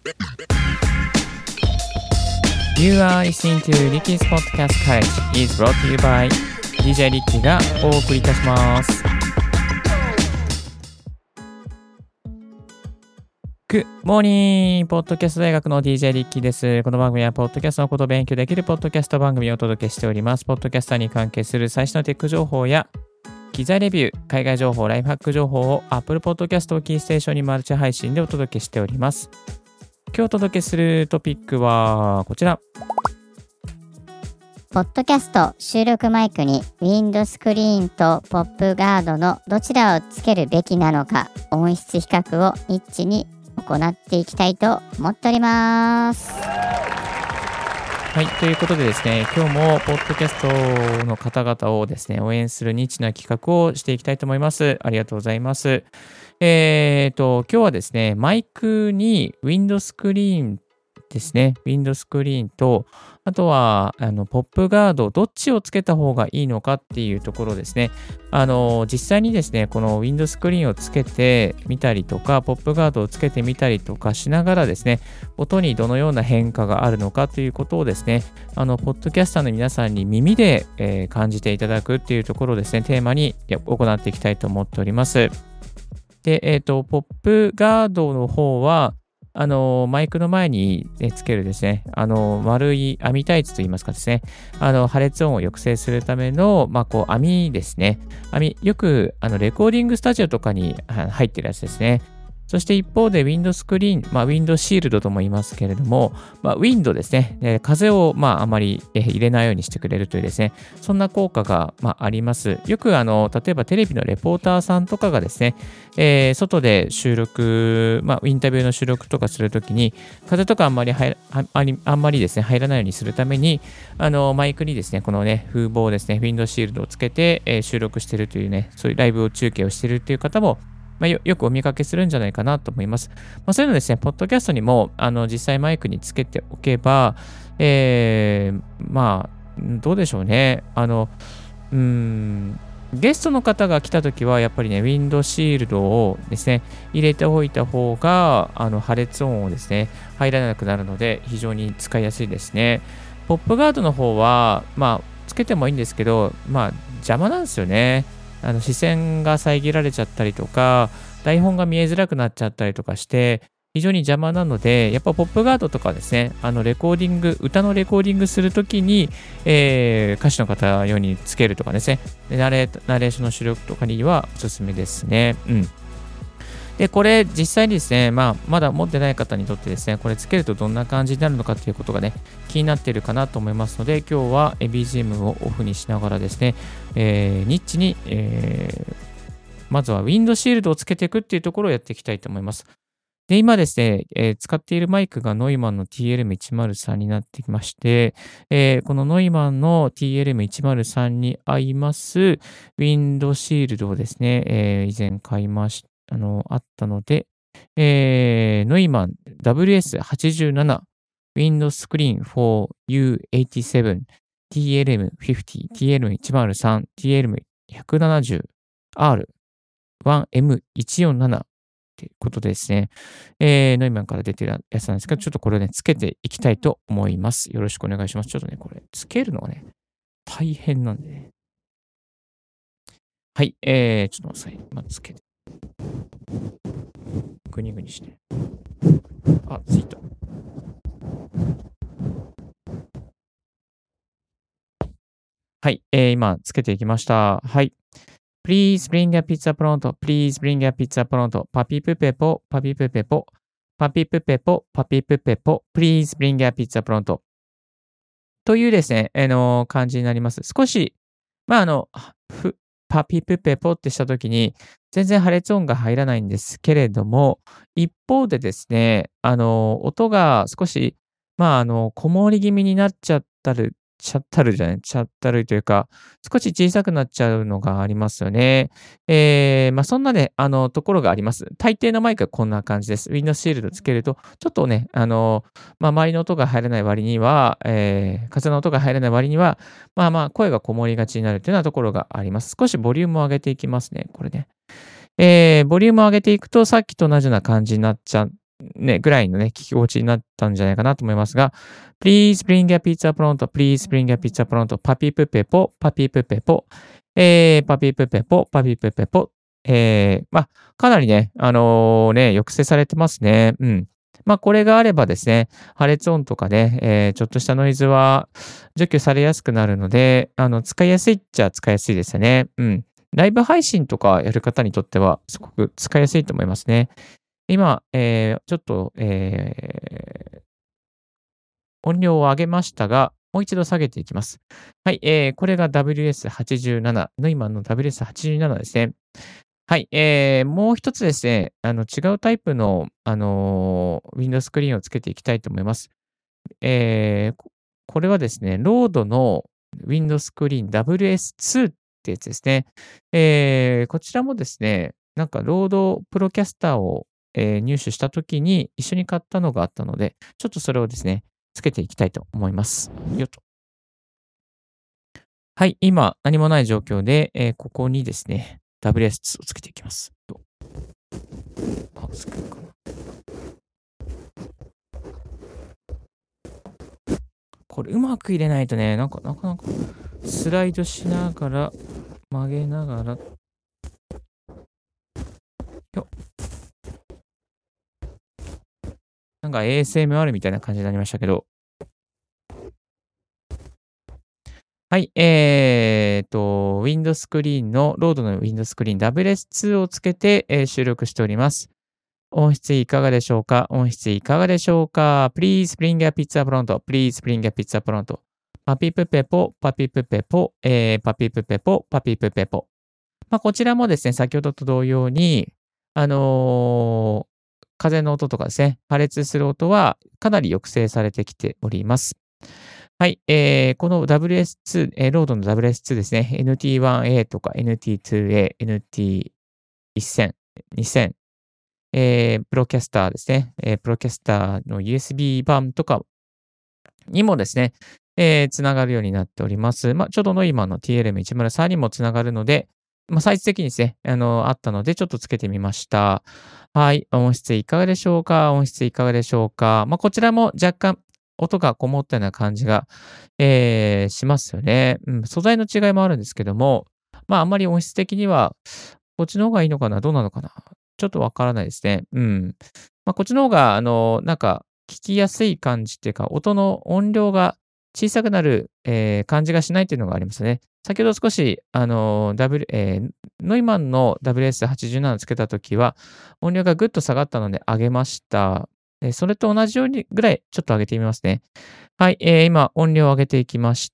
You are listening to Ricky's Podcast College is brought to you by DJ Ricky がお送りいたします。Good morning! ポッドキャスト大学の DJ リッキーです。この番組はポッドキャストのことを勉強できるポッドキャスト番組をお届けしております。ポッドキャスターに関係する最新のテック情報や機材レビュー、海外情報、ライフハック情報を Apple Podcast をキーステーションにマルチ配信でお届けしております。今日お届けするトピックはこちら。 ポッドキャスト収録マイクにウィンドスクリーンとポップガードのどちらをつけるべきなのか、音質比較をニッチに行っていきたいと思っております。 はい、ということでですね、今日もポッドキャストの方々をですね、応援するニッチな企画をしていきたいと思います。ありがとうございます。今日はですね、マイクにウィンドスクリーンですね、ウィンドスクリーンと、あとはポップガード、どっちをつけた方がいいのかっていうところですね。実際にですね、このウィンドスクリーンをつけてみたりとか、ポップガードをつけてみたりとかしながらですね、音にどのような変化があるのかということをですね、ポッドキャスターの皆さんに耳で、感じていただくっていうところをですね、テーマに行っていきたいと思っております。で、ポップガードの方は、マイクの前につけるですね、丸い網タイツといいますかですね、破裂音を抑制するための、網ですね。網、よく、レコーディングスタジオとかに入ってるやつですね。そして一方でウィンドスクリーン、ウィンドシールドとも言いますけれども、ウィンドですね、風をあまり入れないようにしてくれるというですね、そんな効果があります。よく例えばテレビのレポーターさんとかがですね、外で収録、インタビューの収録とかするときに、風とかあんまりですね、入らないようにするために、マイクにですね、このね、風防ですね、ウィンドシールドをつけて、収録しているというね、そういうライブ中継をしているという方も、よくお見かけするんじゃないかなと思います。そういうのですね、ポッドキャストにも実際マイクにつけておけば、どうでしょうね。ゲストの方が来たときは、やっぱりね、ウィンドシールドをですね、入れておいた方が、破裂音をですね、入らなくなるので、非常に使いやすいですね。ポップガードの方は、つけてもいいんですけど、邪魔なんですよね。視線が遮られちゃったりとか、台本が見えづらくなっちゃったりとかして、非常に邪魔なので、やっぱポップガードとかですね、レコーディング、歌のレコーディングするときに、歌手の方用につけるとかですね、ナレーションの収録とかにはおすすめですね。で、これ実際にですね、まだ持ってない方にとってですね、これつけるとどんな感じになるのかということがね、気になっているかなと思いますので、今日は BGM をオフにしながらですね、ニッチに、まずはウィンドシールドをつけていくっていうところをやっていきたいと思います。で、今ですね、使っているマイクがノイマンの TLM103 になってきまして、このノイマンの TLM103 に合いますウィンドシールドをですね、以前買いました。あったので、ノイマン WS87 Window Screen for U87 TLM50 TLM103 TLM170 R1M147 ということでですね、ノイマンから出てるやつなんですけど、ちょっとこれをね、つけていきたいと思います。よろしくお願いします。ちょっとね、これ、つけるのがね、大変なんでね。はい、ちょっと待ってください。つけて。グニグニして。ついた。はい、今、つけていきました。はい。Please bring a pizza pronto. Please bring a pizza pronto. パピプペポ、パピプペポ、パピプペポ、パピプペポ。Please bring a pizza pronto. というですね、感じになります。少し、パピプペポってしたときに、全然破裂音が入らないんですけれども、一方でですね、音が少し、こもり気味になっちゃったるちゃったるというか、少し小さくなっちゃうのがありますよね。そんなね、ところがあります。大抵のマイクはこんな感じです。ウィンドシールドつけると、ちょっとね、周りの音が入らない割には、風の音が入らない割には、声がこもりがちになるというようなところがあります。少しボリュームを上げていきますね、これね。ボリュームを上げていくと、さっきと同じような感じになっちゃね、ぐらいのね、聞き心地になったんじゃないかなと思いますが、Please bring a pizza pronto, please bring a pizza pronto, パピプペポ、パピプペポ、パピプペポ、パピプペポ、かなりね、抑制されてますね。うん。これがあればですね、破裂音とかね、ちょっとしたノイズは除去されやすくなるので、使いやすいっちゃ使いやすいですよね。うん。ライブ配信とかやる方にとっては、すごく使いやすいと思いますね。今、ちょっと、音量を上げましたが、もう一度下げていきます。はい、これが WS87、ノイマンの WS87 ですね。はい、もう一つですね、違うタイプの、ウィンドウスクリーンをつけていきたいと思います。これはですね、ロードのウィンドウスクリーン WS2 ってやつですね。こちらもですね、なんかロードプロキャスターを、入手したときに一緒に買ったのがあったので、ちょっとそれをですね、つけていきたいと思います。よっと。はい、今何もない状況で、ここにですね、WS2 をつけていきます。つけるかな。これうまく入れないとね、なかなかスライドしながら、曲げながら、よなんか ASMR みたいな感じになりましたけど。はい、ウィンドスクリーンの、ロードのウィンドスクリーン WS2 をつけて、収録しております。音質いかがでしょうか？音質いかがでしょうか？ Please bring a pizza pronto. Please bring a pizza pronto. パピプペポ、パピプペポ、パピプペポ、パピプペポ。こちらもですね、先ほどと同様に、あの、風の音とかですね、破裂する音はかなり抑制されてきております。はい、この WS2、ロードの WS2 ですね、NT1A とか NT2A、NT1000、2000、プロキャスターですね、プロキャスターの USB 版とかにもですね、つながるようになっております。ちょうどの今の TLM103 にもつながるので、サイズ的にですね、あったので、ちょっとつけてみました。はい、音質いかがでしょうか？音質いかがでしょうか？こちらも若干音がこもったような感じが、しますよね。うん、素材の違いもあるんですけども、あんまり音質的には、こっちの方がいいのかな？どうなのかな？ちょっとわからないですね。うん。こっちの方が、なんか、聞きやすい感じっていうか、音の音量が小さくなる、感じがしないっていうのがありますね。先ほど少し、ノイマンの WS87 つけたときは、音量がぐっと下がったので上げました。それと同じようにぐらいちょっと上げてみますね。はい、今音量を上げていきました。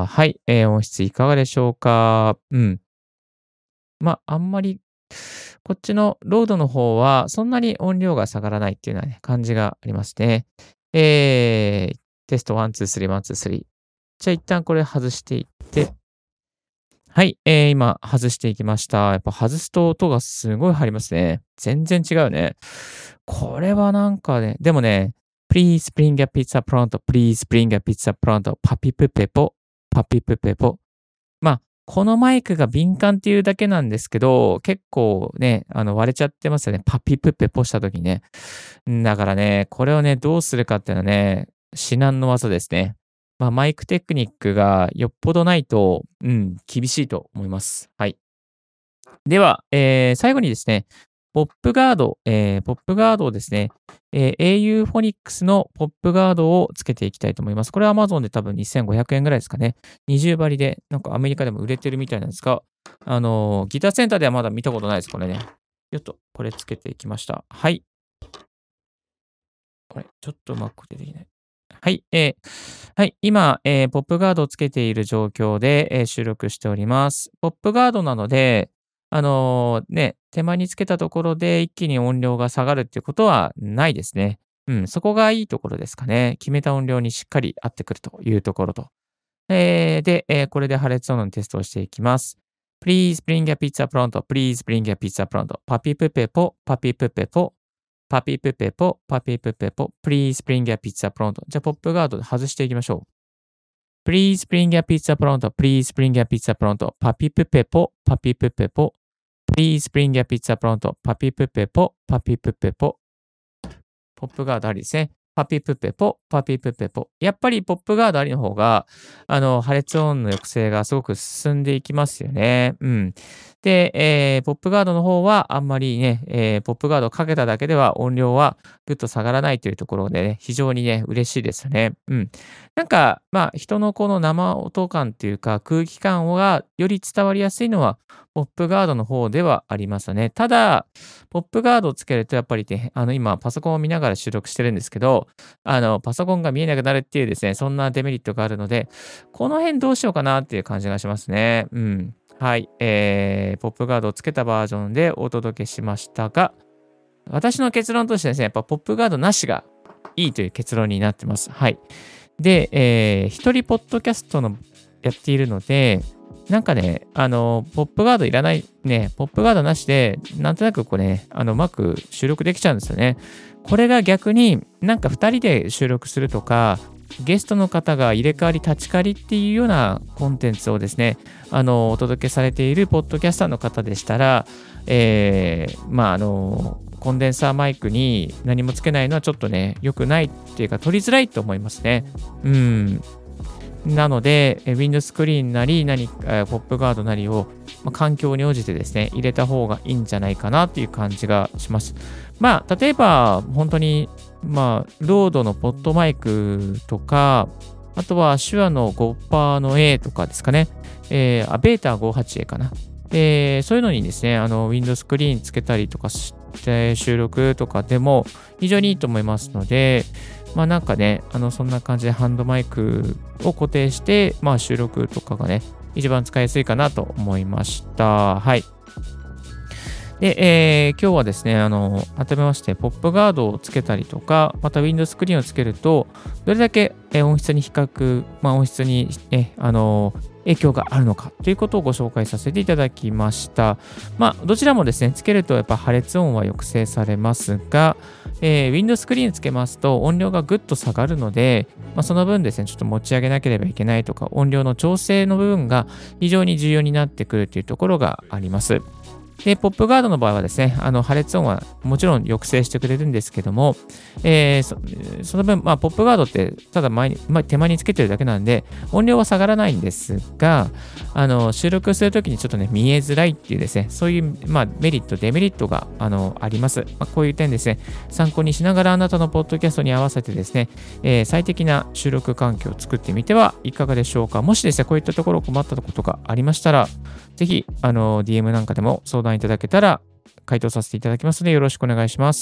はい、音質いかがでしょうか？うん。あんまり、こっちのロードの方は、そんなに音量が下がらないっていうようなね、感じがありますね。テスト1、2、3、1、2、3。じゃあ一旦これ外していって、はい、今外していきました。やっぱ外すと音がすごい入りますね。全然違うね。これはなんかね、でもね、Please bring a pizza pronto, please bring a pizza pronto, パピプペポ、パピプペポ。このマイクが敏感っていうだけなんですけど、結構ね、割れちゃってますよね。パピプペポした時にね。だからね、これをね、どうするかっていうのはね、至難の技ですね。マイクテクニックがよっぽどないと、厳しいと思います。はい。では、最後にですね、ポップガードをですね、au フォニックスのポップガードをつけていきたいと思います。これは Amazon で多分2500円ぐらいですかね。20張りで、なんかアメリカでも売れてるみたいなんですが、ギターセンターではまだ見たことないです、これね。よっと、これつけていきました。はい。これ、ちょっとうまく出てきない。はい、はい、今、ポップガードをつけている状況で、収録しております。ポップガードなので、手前につけたところで一気に音量が下がるっていうことはないですね。うん、そこがいいところですかね。決めた音量にしっかり合ってくるというところと。これで破裂音のテストをしていきます。Please bring a pizza pronto. Please bring a pizza pronto. パピプペポ、パピプペポ、パピプペポ、パピプペポ、Please bring a pizza pronto. じゃあ、ポップガードで外していきましょう。Please bring a pizza pronto. Please bring a pizza pronto. パピプペポ、パピプペポ、Please bring a pizza pronto. パピプペポ、パピプペポ。 ポップガードありですね。パピプペポ、パピプペポ。やっぱりポップガードありの方が、破裂音の抑制がすごく進んでいきますよね。うん。で、ポップガードの方はあんまりね、ポップガードをかけただけでは音量はぐっと下がらないというところでね、非常にね、嬉しいですよね。うん。なんか、人のこの生音感っていうか、空気感がより伝わりやすいのは、ポップガードの方ではありますね。ただ、ポップガードをつけるとやっぱりね、今パソコンを見ながら収録してるんですけど、パソコンが見えなくなるっていうですね、そんなデメリットがあるので、この辺どうしようかなっていう感じがしますね。うん。はい。ポップガードをつけたバージョンでお届けしましたが、私の結論としてですね、やっぱポップガードなしがいいという結論になってます。はい。で、一人ポッドキャストのやっているので、なんかね、ポップガードいらない、ね、ポップガードなしで、なんとなくこうね、うまく収録できちゃうんですよね。これが逆になんか2人で収録するとか、ゲストの方が入れ替わり立ち替わりっていうようなコンテンツをですね、お届けされているポッドキャスターの方でしたら、コンデンサーマイクに何もつけないのはちょっとね、良くないっていうか、取りづらいと思いますね。うん。なので、ウィンドスクリーンなり、ポップガードなりを、環境に応じてですね、入れた方がいいんじゃないかなっていう感じがします。例えば、本当に、ロードのポッドマイクとか、あとは手話の5%の A とかですかね。ベータ 58A かな。そういうのにですね、ウィンドスクリーンつけたりとかして収録とかでも非常にいいと思いますので、なんかね、そんな感じでハンドマイクを固定して、収録とかがね、一番使いやすいかなと思いました。はい。で、今日はですね、改めまして、ポップガードをつけたりとか、またウィンドスクリーンをつけると、どれだけ音質に音質に、影響があるのかということをご紹介させていただきました。どちらもですね、つけるとやっぱ破裂音は抑制されますが、ウィンドスクリーンつけますと音量がぐっと下がるので、その分ですね、ちょっと持ち上げなければいけないとか、音量の調整の部分が非常に重要になってくるというところがあります。で、ポップガードの場合はですね、破裂音はもちろん抑制してくれるんですけども、その分、ポップガードってただ手前につけてるだけなんで、音量は下がらないんですが、収録するときにちょっとね、見えづらいっていうですね、そういう、メリット、デメリットが、あります。こういう点ですね、参考にしながらあなたのポッドキャストに合わせてですね、最適な収録環境を作ってみてはいかがでしょうか。もしですね、こういったところ困ったことがありましたら、ぜひ、DM なんかでも相談いただけたら回答させていただきますのでよろしくお願いします。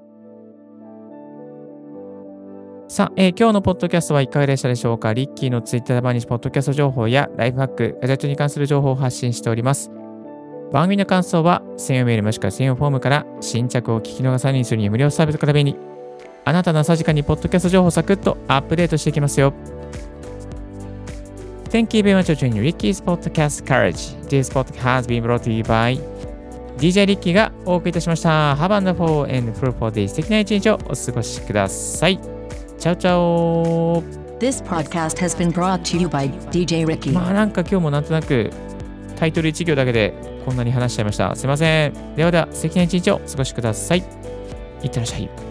さあ、今日のポッドキャストはいかがでしたでしょうか。リッキーのツイッター毎日ポッドキャスト情報やライフハック、ガジェットに関する情報を発信しております。番組の感想は専用メールもしくは専用フォームから新着を聞き逃さないように無料サービスから便利。あなたの朝時間にポッドキャスト情報をサクッとアップデートしていきますよ。Thank you very much for joining Ricky's Podcast Courage. This podcast has been brought to you by DJ リッキーがお送りいたしました。Have a wonderful and fruitful day. 素敵な一日をお過ごしください。チャオチャオ。 This podcast has been brought to you by DJ Ricky. なんか今日もなんとなくタイトル1行だけでこんなに話しちゃいました。すいません。では素敵な一日をお過ごしください。いってらっしゃい。